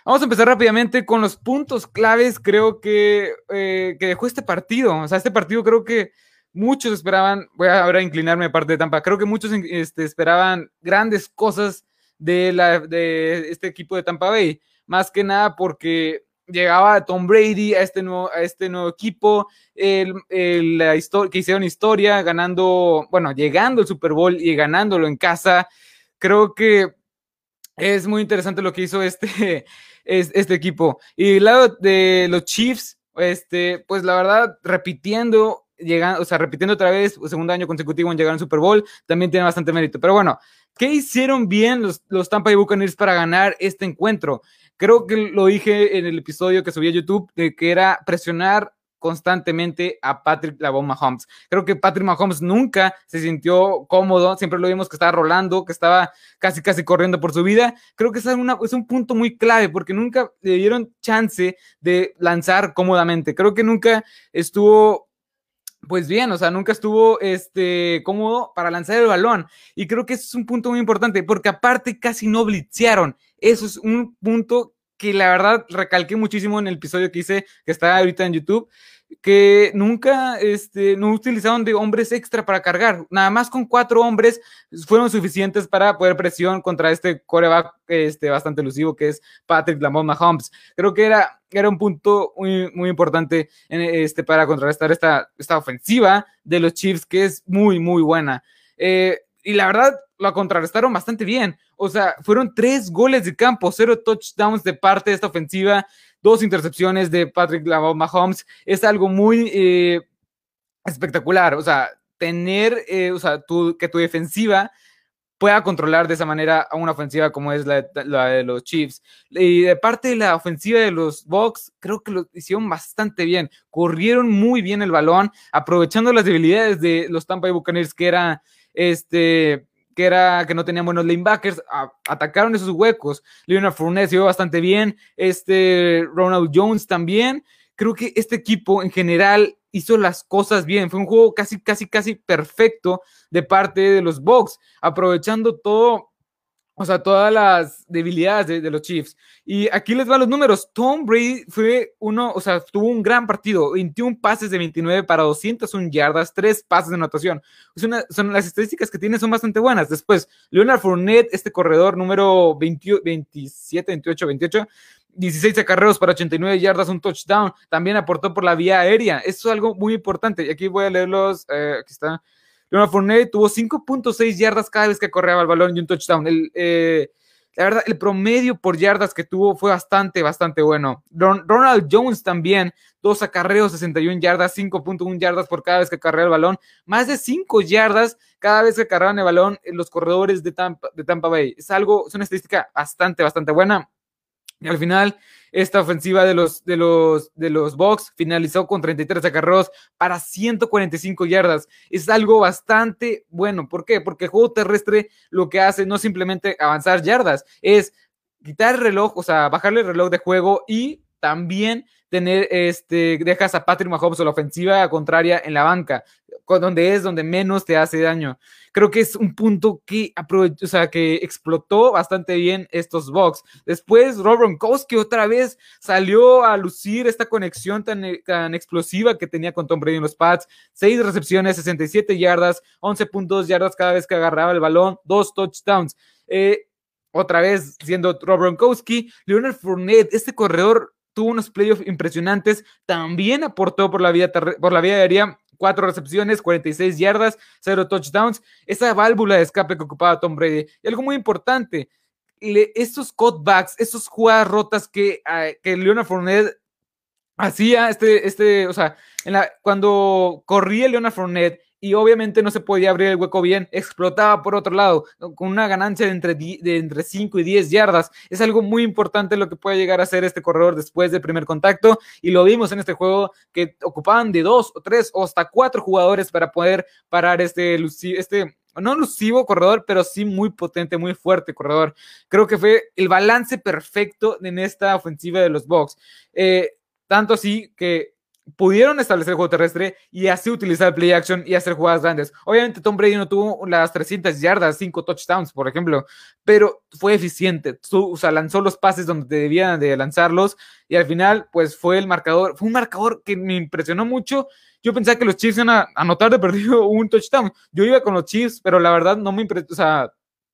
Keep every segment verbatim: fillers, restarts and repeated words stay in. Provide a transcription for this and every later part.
Vamos a empezar rápidamente con los puntos claves, creo que, eh, que dejó este partido. O sea, este partido creo que muchos esperaban, voy a ahora inclinarme de parte de Tampa, creo que muchos este, esperaban grandes cosas de, la, de este equipo de Tampa Bay, más que nada porque llegaba Tom Brady a este nuevo, a este nuevo equipo, el, el, la que hicieron historia, ganando, bueno, llegando al Super Bowl y ganándolo en casa. Creo que es muy interesante lo que hizo este, este equipo. Y del lado de los Chiefs, este, pues la verdad, repitiendo, llegando, o sea, repitiendo otra vez, segundo año consecutivo en llegar al Super Bowl, también tiene bastante mérito. Pero bueno, ¿qué hicieron bien los, los Tampa Bay Buccaneers para ganar este encuentro? Creo que lo dije en el episodio que subí a YouTube, de que era presionar constantemente a Patrick Mahomes. Creo que Patrick Mahomes nunca se sintió cómodo, siempre lo vimos que estaba rolando, que estaba casi casi corriendo por su vida. Creo que es, una, es un punto muy clave porque nunca le dieron chance de lanzar cómodamente. Creo que nunca estuvo pues bien, o sea, nunca estuvo este, cómodo para lanzar el balón. Y creo que eso es un punto muy importante, porque aparte casi no blitzearon. Eso es un punto que la verdad recalqué muchísimo en el episodio que hice, que está ahorita en YouTube, que nunca este, no utilizaron de hombres extra para cargar. Nada más con cuatro hombres fueron suficientes para poder presión contra este quarterback este, bastante elusivo que es Patrick Mahomes. Creo que era, era un punto muy, muy importante en este, para contrarrestar esta, esta ofensiva de los Chiefs, que es muy, muy buena. Eh, y la verdad, lo contrarrestaron bastante bien. O sea, fueron tres goles de campo, cero touchdowns de parte de esta ofensiva, dos intercepciones de Patrick Mahomes. Es algo muy eh, espectacular. O sea, tener, eh, o sea, tu, que tu defensiva pueda controlar de esa manera a una ofensiva como es la, la de los Chiefs. Y de parte de la ofensiva de los Bucs, creo que lo hicieron bastante bien. Corrieron muy bien el balón, aprovechando las debilidades de los Tampa Bay Buccaneers, que era este que era que no tenían buenos linebackers, a, atacaron esos huecos. Leonard Fournette se vio bastante bien, este Ronald Jones también. Creo que este equipo en general hizo las cosas bien. Fue un juego casi, casi, casi perfecto de parte de los Bucs, aprovechando todo, o sea, todas las debilidades de, de los Chiefs. Y aquí les van los números. Tom Brady fue uno, o sea, tuvo un gran partido. veintiún pases de veintinueve para doscientos una yardas, tres pases de anotación. Es una, son, las estadísticas que tiene son bastante buenas. Después, Leonard Fournette, este corredor número veinte, veintisiete, veintiocho, veintiocho, dieciséis acarreos para ochenta y nueve yardas, un touchdown. También aportó por la vía aérea. Eso es algo muy importante. Y aquí voy a leerlos. Eh, aquí está. Leonard Fournette tuvo cinco punto seis yardas cada vez que correaba el balón y un touchdown. El, eh, la verdad, el promedio por yardas que tuvo fue bastante, bastante bueno. Ron, Ronald Jones también, dos acarreos, sesenta y una yardas, cinco punto uno yardas por cada vez que acarrea el balón, más de cinco yardas cada vez que acarreaban el balón en los corredores de Tampa, de Tampa Bay. Es algo, es una estadística bastante, bastante buena. Y al final, esta ofensiva de los, de los, de los Bucs finalizó con treinta y tres acarreos para ciento cuarenta y cinco yardas. Es algo bastante bueno. ¿Por qué? Porque el juego terrestre lo que hace no simplemente avanzar yardas, es quitar el reloj, o sea, bajarle el reloj de juego y también tener, este, dejas a Patrick Mahomes o la ofensiva contraria en la banca, donde es donde menos te hace daño. Creo que es un punto que aprovechó, o sea, que explotó bastante bien estos Bucs. Después, Rob Gronkowski otra vez salió a lucir esta conexión tan, tan explosiva que tenía con Tom Brady en los Pats. Seis recepciones, sesenta y siete yardas, once punto dos yardas cada vez que agarraba el balón, dos touchdowns. Eh, otra vez siendo Rob Gronkowski. Leonard Fournette, este corredor tuvo unos playoffs impresionantes, también aportó por la vía, por la vía aérea, cuatro recepciones, cuarenta y seis yardas, cero touchdowns, esa válvula de escape que ocupaba Tom Brady. Y algo muy importante, le, estos cutbacks, estos jugadas rotas que, uh, que Leonard Fournette hacía, este, este, o sea, en la, cuando corría Leonard Fournette y obviamente no se podía abrir el hueco bien, explotaba por otro lado, con una ganancia de entre, de entre cinco y diez yardas. Es algo muy importante lo que puede llegar a hacer este corredor después del primer contacto, y lo vimos en este juego, que ocupaban de dos o tres o hasta cuatro jugadores para poder parar este, este no elusivo corredor, pero sí muy potente, muy fuerte corredor. Creo que fue el balance perfecto en esta ofensiva de los Bucs. Eh, tanto así que pudieron establecer el juego terrestre y así utilizar el play action y hacer jugadas grandes. Obviamente Tom Brady no tuvo las trescientas yardas, cinco touchdowns, por ejemplo, pero fue eficiente. O sea, lanzó los pases donde debían de lanzarlos y al final, pues fue el marcador. Fue un marcador que me impresionó mucho. Yo pensaba que los Chiefs iban a anotar de perdido un touchdown. Yo iba con los Chiefs, pero la verdad no me impresionó. O sea,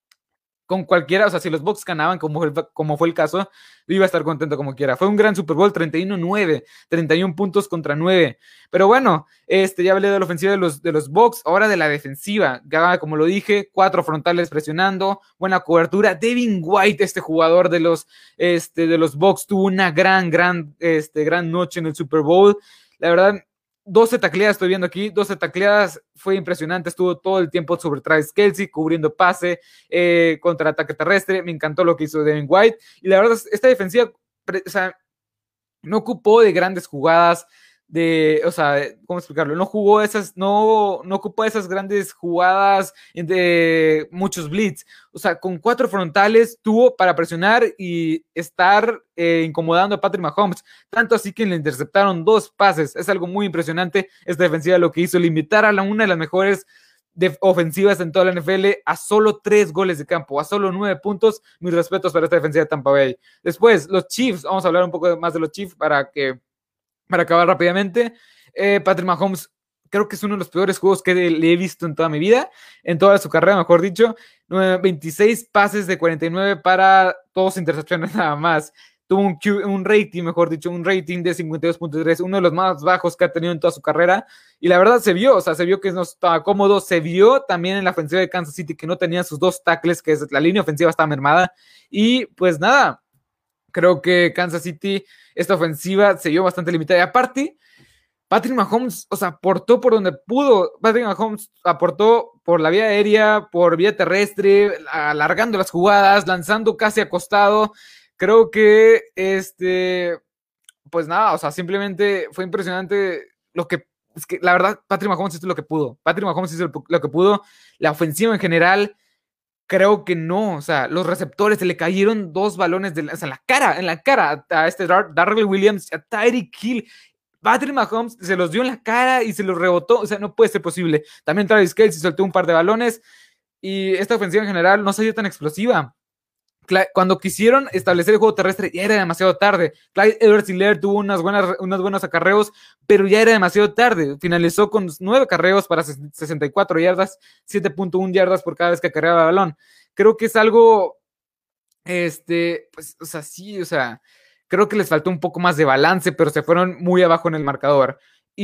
con cualquiera, o sea, si los Bucks ganaban, como fue, como fue el caso, yo iba a estar contento como quiera. Fue un gran Super Bowl, treinta y uno nueve, treinta y uno puntos contra nueve. Pero bueno, este, ya hablé de la ofensiva de los, de los Bucks, ahora de la defensiva. Como lo dije, cuatro frontales presionando, buena cobertura. Devin White, este jugador de los, este, de los Bucks, tuvo una gran, gran, este, gran noche en el Super Bowl. La verdad, doce tacleadas estoy viendo aquí, doce tacleadas, fue impresionante, estuvo todo el tiempo sobre Travis Kelce, cubriendo pase, eh, contra ataque terrestre, me encantó lo que hizo Devin White, y la verdad, esta defensiva, o sea, no ocupó de grandes jugadas, de, o sea, ¿cómo explicarlo? No jugó esas, no, no ocupó esas grandes jugadas de muchos blitz. O sea, con cuatro frontales tuvo para presionar y estar eh, incomodando a Patrick Mahomes. Tanto así que le interceptaron dos pases. Es algo muy impresionante esta defensiva lo que hizo, limitar a la, una de las mejores de ofensivas en toda la N F L a solo tres goles de campo, a solo nueve puntos. Mis respetos para esta defensiva de Tampa Bay. Después, los Chiefs, vamos a hablar un poco más de los Chiefs para que Para acabar rápidamente, eh, Patrick Mahomes creo que es uno de los peores juegos que le he visto en toda mi vida, en toda su carrera, mejor dicho. veintiséis pases de cuarenta y nueve para dos intercepciones nada más. Tuvo un, Q, un rating, mejor dicho, un rating de cincuenta y dos punto tres, uno de los más bajos que ha tenido en toda su carrera. Y la verdad se vio, o sea, se vio que no estaba cómodo. Se vio también en la ofensiva de Kansas City que no tenía sus dos tackles, que es, la línea ofensiva estaba mermada. Y pues nada, creo que Kansas City, esta ofensiva se vio bastante limitada. Y aparte, Patrick Mahomes, o sea, aportó por donde pudo. Patrick Mahomes aportó por la vía aérea, por vía terrestre, alargando las jugadas, lanzando casi acostado. Creo que, este, pues nada, o sea, simplemente fue impresionante lo que, es que la verdad, Patrick Mahomes hizo lo que pudo. Patrick Mahomes hizo lo que pudo. La ofensiva en general, creo que no, o sea, los receptores se le cayeron dos balones de la, o sea, en la cara, en la cara a este Dar Darrell Williams, a Tyreek Hill. Patrick Mahomes se los dio en la cara y se los rebotó, o sea, no puede ser posible. También Travis Kelce soltó un par de balones y esta ofensiva en general no se dio tan explosiva. Cuando quisieron establecer el juego terrestre ya era demasiado tarde. Clyde Edwards-Helaire tuvo unas buenas, unos buenos acarreos, pero ya era demasiado tarde. Finalizó con nueve acarreos para sesenta y cuatro yardas, siete punto uno yardas por cada vez que acarreaba el balón. Creo que es algo, este, pues, o sea, sí, o sea, creo que les faltó un poco más de balance, pero se fueron muy abajo en el marcador.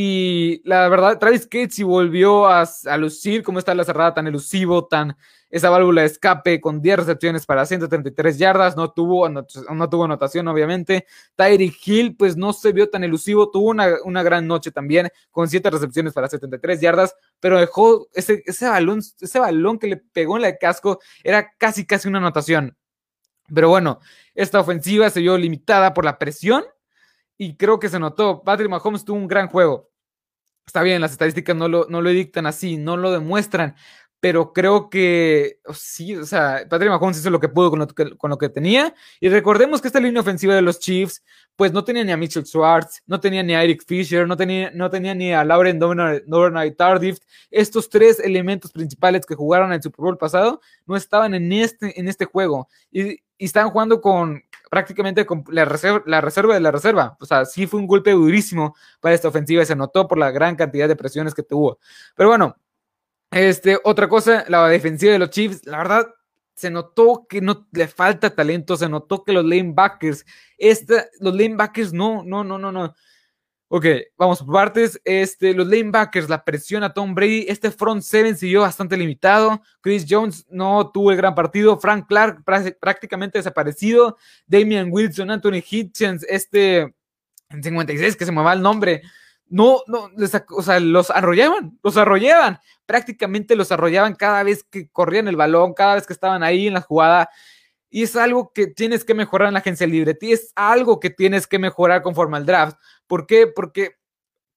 Y la verdad, Travis Kelce volvió a, a lucir como está la cerrada tan elusivo, tan esa válvula de escape con diez recepciones para ciento treinta y tres yardas, no tuvo, no, no tuvo anotación obviamente. Tyreek Hill pues no se vio tan elusivo, tuvo una, una gran noche también con siete recepciones para setenta y tres yardas, pero dejó ese, ese, balón, ese balón que le pegó en el casco, era casi casi una anotación. Pero bueno, esta ofensiva se vio limitada por la presión y creo que se notó. Patrick Mahomes tuvo un gran juego. Está bien, las estadísticas no lo, no lo dictan así, no lo demuestran, pero creo que oh, sí, o sea, Patrick Mahomes hizo lo que pudo con lo que, con lo que tenía. Y recordemos que esta línea ofensiva de los Chiefs, pues no tenía ni a Mitchell Schwartz, no tenía ni a Eric Fisher, no tenía, no tenía ni a Lauren Duvernay Tardif. Estos tres elementos principales que jugaron en el Super Bowl pasado no estaban en este, en este juego. Y, y estaban jugando con prácticamente con la reserva, la reserva de la reserva. O sea, sí fue un golpe durísimo para esta ofensiva y se notó por la gran cantidad de presiones que tuvo. Pero bueno, este, otra cosa, la defensiva de los Chiefs, la verdad, se notó que no le falta talento, se notó que los lanebackers, esta, los lanebackers no, no, no, no, no. Ok, vamos por partes. Este, los lanebackers, la presión a Tom Brady. Este front seven siguió bastante limitado. Chris Jones no tuvo el gran partido. Frank Clark prácticamente desaparecido. Damian Wilson, Anthony Hitchens, este en cincuenta y seis, que se me va el nombre. No, no, les, o sea, los arrollaban, los arrollaban. Prácticamente los arrollaban cada vez que corrían el balón, cada vez que estaban ahí en la jugada. Y es algo que tienes que mejorar en la agencia libre. Es algo que tienes que mejorar conforme al draft. ¿Por qué? Porque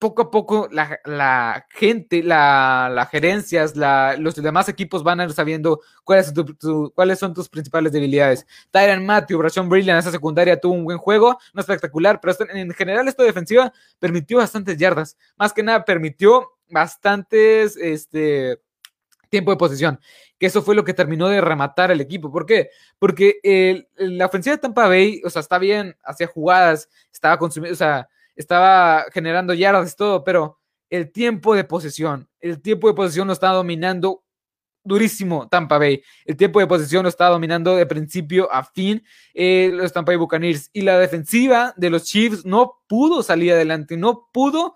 poco a poco la, la gente, la, las gerencias, la, los demás equipos van a ir sabiendo cuáles, tu, tu, cuáles son tus principales debilidades. Tyrann Mathieu, Rashawn Brilliant en esa secundaria tuvo un buen juego, no espectacular, pero en general esta defensiva permitió bastantes yardas. Más que nada permitió bastantes este, tiempo de posesión, que eso fue lo que terminó de rematar el equipo. ¿Por qué? Porque el, la ofensiva de Tampa Bay, o sea, está bien, hacía jugadas, estaba consumiendo, o sea, estaba generando yardas y todo, pero el tiempo de posesión, el tiempo de posesión lo estaba dominando durísimo Tampa Bay. El tiempo de posesión lo estaba dominando de principio a fin eh, los Tampa Bay Buccaneers, y la defensiva de los Chiefs no pudo salir adelante, no pudo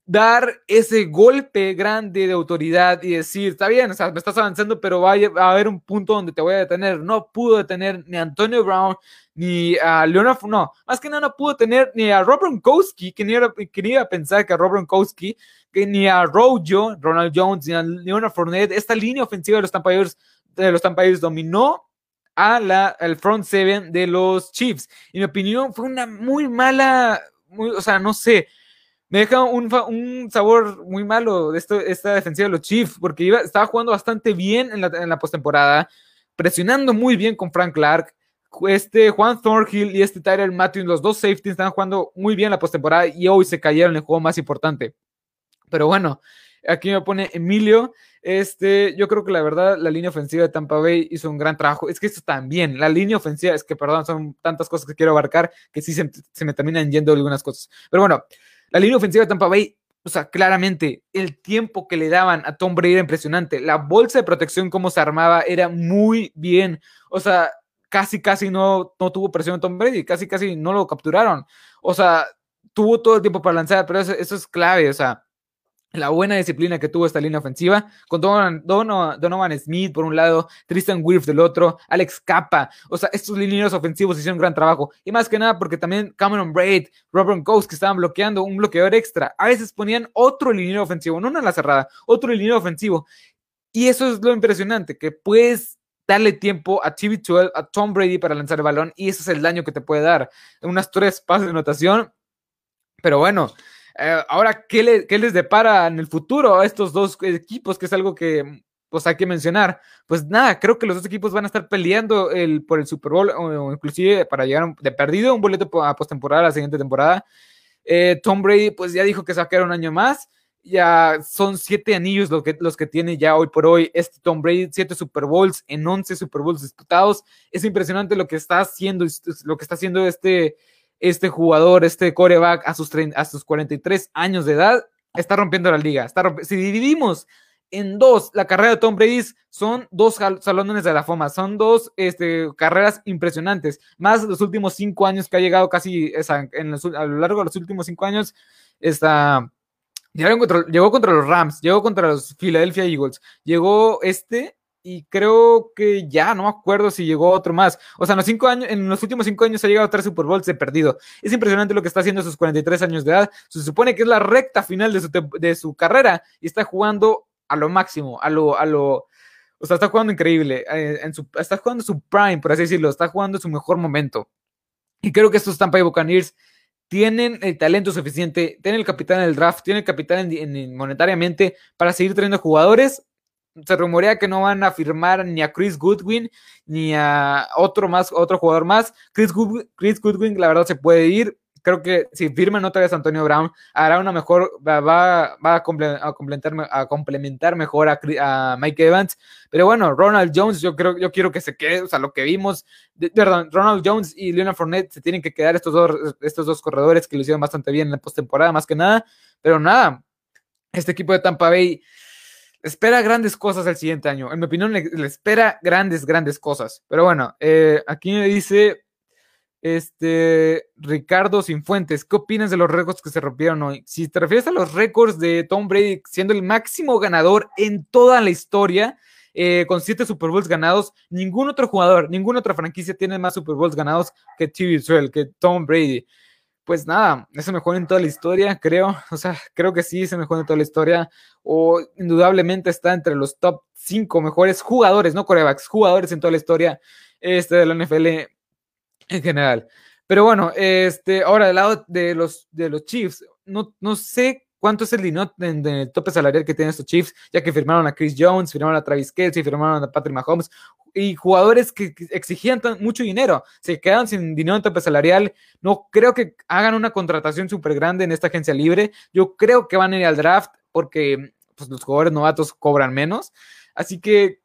dar ese golpe grande de autoridad y decir, está bien, o sea, me estás avanzando, pero va a, va a haber un punto donde te voy a detener. No pudo detener ni a Antonio Brown, ni a Leonard, no, más que nada no pudo detener ni a Rob Gronkowski, que ni era, que ni iba a pensar que a Rob Gronkowski, que ni a Rojo, Ronald Jones, ni a Leonard Fournette. Esta línea ofensiva de los Tampa Bay, de los Tampa Bay dominó a la, al front seven de los Chiefs. En mi opinión, fue una muy mala, muy, o sea, no sé, me deja un, un sabor muy malo de esto, esta defensiva de los Chiefs, porque iba, estaba jugando bastante bien en la, en la postemporada, presionando muy bien con Frank Clark. Este Juan Thornhill y este Tyrann Mathieu, los dos safeties, estaban jugando muy bien la postemporada y hoy se cayeron en el juego más importante. Pero bueno, aquí me pone Emilio. Este, yo creo que la verdad la línea ofensiva de Tampa Bay hizo un gran trabajo. Es que esto también, la línea ofensiva, es que perdón, son tantas cosas que quiero abarcar que sí se, se me terminan yendo algunas cosas. Pero bueno, la línea ofensiva de Tampa Bay, o sea, claramente el tiempo que le daban a Tom Brady era impresionante. La bolsa de protección, cómo se armaba, era muy bien. O sea, casi, casi no, no tuvo presión a Tom Brady, casi, casi no lo capturaron. O sea, tuvo todo el tiempo para lanzar, pero eso, eso es clave. O sea, la buena disciplina que tuvo esta línea ofensiva, con Donovan, Donovan, Donovan Smith por un lado, Tristan Wirfs del otro, Alex Capa. O sea, estos linieros ofensivos hicieron un gran trabajo. Y más que nada porque también Cameron Braid, Robert Coates, que estaban bloqueando, un bloqueador extra. A veces ponían otro liniero ofensivo, no una a la cerrada, otro liniero ofensivo. Y eso es lo impresionante, que puedes darle tiempo a T B doce, a Tom Brady para lanzar el balón, y ese es el daño que te puede dar. Unas tres pases de anotación. Pero bueno, eh, ahora, ¿qué, le, ¿qué les depara en el futuro a estos dos equipos? Que es algo que pues hay que mencionar. Pues nada, creo que los dos equipos van a estar peleando el, por el Super Bowl, o, o inclusive para llegar de perdido un boleto a postemporada la siguiente temporada. Eh, Tom Brady pues ya dijo que se va a quedar un año más. Ya son siete anillos lo que, los que tiene ya hoy por hoy este Tom Brady, siete Super Bowls en once Super Bowls disputados. Es impresionante lo que está haciendo, lo que está haciendo este este jugador, este quarterback a sus, a sus cuarenta y tres años de edad, está rompiendo la liga. Está romp si dividimos en dos la carrera de Tom Brady, son dos salones de la fama, son dos este, carreras impresionantes, más los últimos cinco años que ha llegado casi, esa, en los, a lo largo de los últimos cinco años, está, contra, llegó contra los Rams, llegó contra los Philadelphia Eagles, llegó este, y creo que ya no me acuerdo si llegó otro más. O sea, en los, cinco años, en los últimos cinco años ha llegado a tres Super Bowls de perdido. Es impresionante lo que está haciendo a sus cuarenta y tres años de edad. Se supone que es la recta final de su, de su carrera y está jugando a lo máximo, a lo, a lo, o sea, está jugando increíble. Eh, en su, está jugando su prime, por así decirlo. Está jugando su mejor momento. Y creo que estos Tampa Bay Buccaneers tienen el talento suficiente, tienen el capital en el draft, tienen el capital en, en, monetariamente para seguir trayendo jugadores. Se rumorea que no van a firmar ni a Chris Goodwin ni a otro más, otro jugador más. Chris Goodwin, Chris Goodwin la verdad se puede ir. Creo que si firman otra vez a Antonio Brown, hará una mejor, va, va, va a, complementar, a complementar mejor a, a Mike Evans. Pero bueno, Ronald Jones, yo creo, yo quiero que se quede, o sea, lo que vimos, de, perdón, Ronald Jones y Leonard Fournette se tienen que quedar estos dos, estos dos corredores que lo hicieron bastante bien en la postemporada, más que nada. Pero nada, este equipo de Tampa Bay espera grandes cosas el siguiente año. En mi opinión, le, le espera grandes, grandes cosas. Pero bueno, eh, aquí me dice este Ricardo Sinfuentes, ¿qué opinas de los récords que se rompieron hoy? Si te refieres a los récords de Tom Brady siendo el máximo ganador en toda la historia, eh, con siete Super Bowls ganados, ningún otro jugador, ninguna otra franquicia tiene más Super Bowls ganados que T B doce, que Tom Brady. Pues nada, es el mejor en toda la historia, creo, o sea, creo que sí es el mejor en toda la historia, o indudablemente está entre los top cinco mejores jugadores, no quarterbacks, jugadores en toda la historia este, de la N F L en general. Pero bueno, este, ahora del lado de los, de los Chiefs, no, no sé cuánto es el dinero en, en el tope salarial que tienen estos Chiefs, ya que firmaron a Chris Jones, firmaron a Travis Kelce, firmaron a Patrick Mahomes, y jugadores que, que exigían tan, mucho dinero, se quedaron sin dinero en tope salarial. No creo que hagan una contratación súper grande en esta agencia libre. Yo creo que van a ir al draft porque pues, los jugadores novatos cobran menos. Así que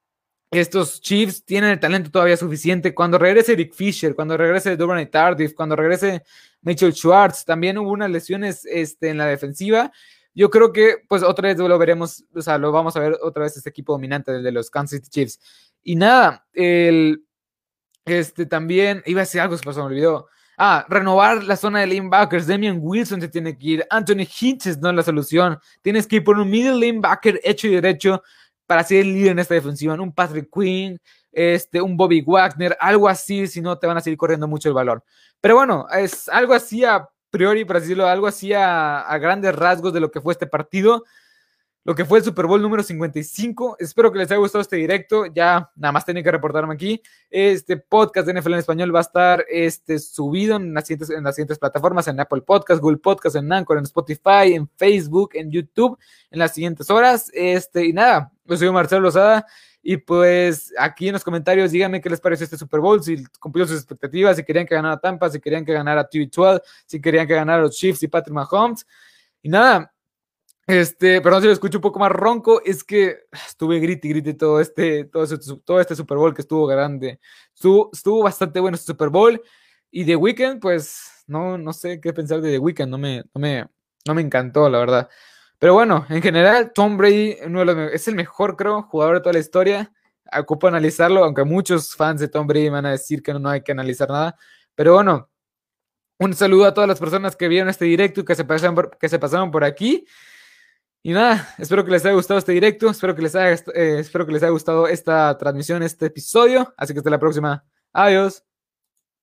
estos Chiefs tienen el talento todavía suficiente. Cuando regrese Eric Fisher, cuando regrese Duvernay Tardif, cuando regrese Mitchell Schwartz, también hubo unas lesiones este, en la defensiva. Yo creo que, pues, otra vez lo veremos, o sea, lo vamos a ver otra vez este equipo dominante de los Kansas City Chiefs. Y nada, el, este, también, iba a decir algo, se pasó, me olvidó. Ah, renovar la zona de linebackers. Damian Wilson se tiene que ir. Anthony Hitchens no es la solución. Tienes que ir por un middle linebacker hecho y derecho para ser el líder en esta defensiva, un Patrick Quinn, este, un Bobby Wagner, algo así, si no te van a seguir corriendo mucho el valor. Pero bueno, es algo así a priori, por así decirlo, algo así a, a grandes rasgos de lo que fue este partido, lo que fue el Super Bowl número cincuenta y cinco. Espero que les haya gustado este directo. Ya nada más tenía que reportarme aquí. Este podcast de N F L en español va a estar este, subido en las, siguientes, en las siguientes plataformas, en Apple Podcast, Google Podcast, en Anchor, en Spotify, en Facebook, en YouTube, en las siguientes horas. Este, y nada, yo soy Marcelo Lozada. Y pues aquí en los comentarios díganme qué les pareció este Super Bowl, si cumplió sus expectativas, si querían que ganara Tampa, si querían que ganara T B doce, si querían que ganara los Chiefs y Patrick Mahomes. Y nada, Este, perdón si lo escucho un poco más ronco, es que estuve grite y grite todo este, todo, este, todo este Super Bowl que estuvo grande. Estuvo, estuvo bastante bueno este Super Bowl. Y The Weeknd, pues, no, no sé qué pensar de The Weeknd, no me, no me, no me encantó, la verdad. Pero bueno, en general, Tom Brady uno de los, es el mejor, creo, jugador de toda la historia. Ocupo analizarlo, aunque muchos fans de Tom Brady van a decir que no, no hay que analizar nada. Pero bueno, un saludo a todas las personas que vieron este directo y que se pasaron por, que se pasaron por aquí. Y nada, espero que les haya gustado este directo, espero que les haya, eh, espero que les haya gustado esta transmisión, este episodio. Así que hasta la próxima. Adiós.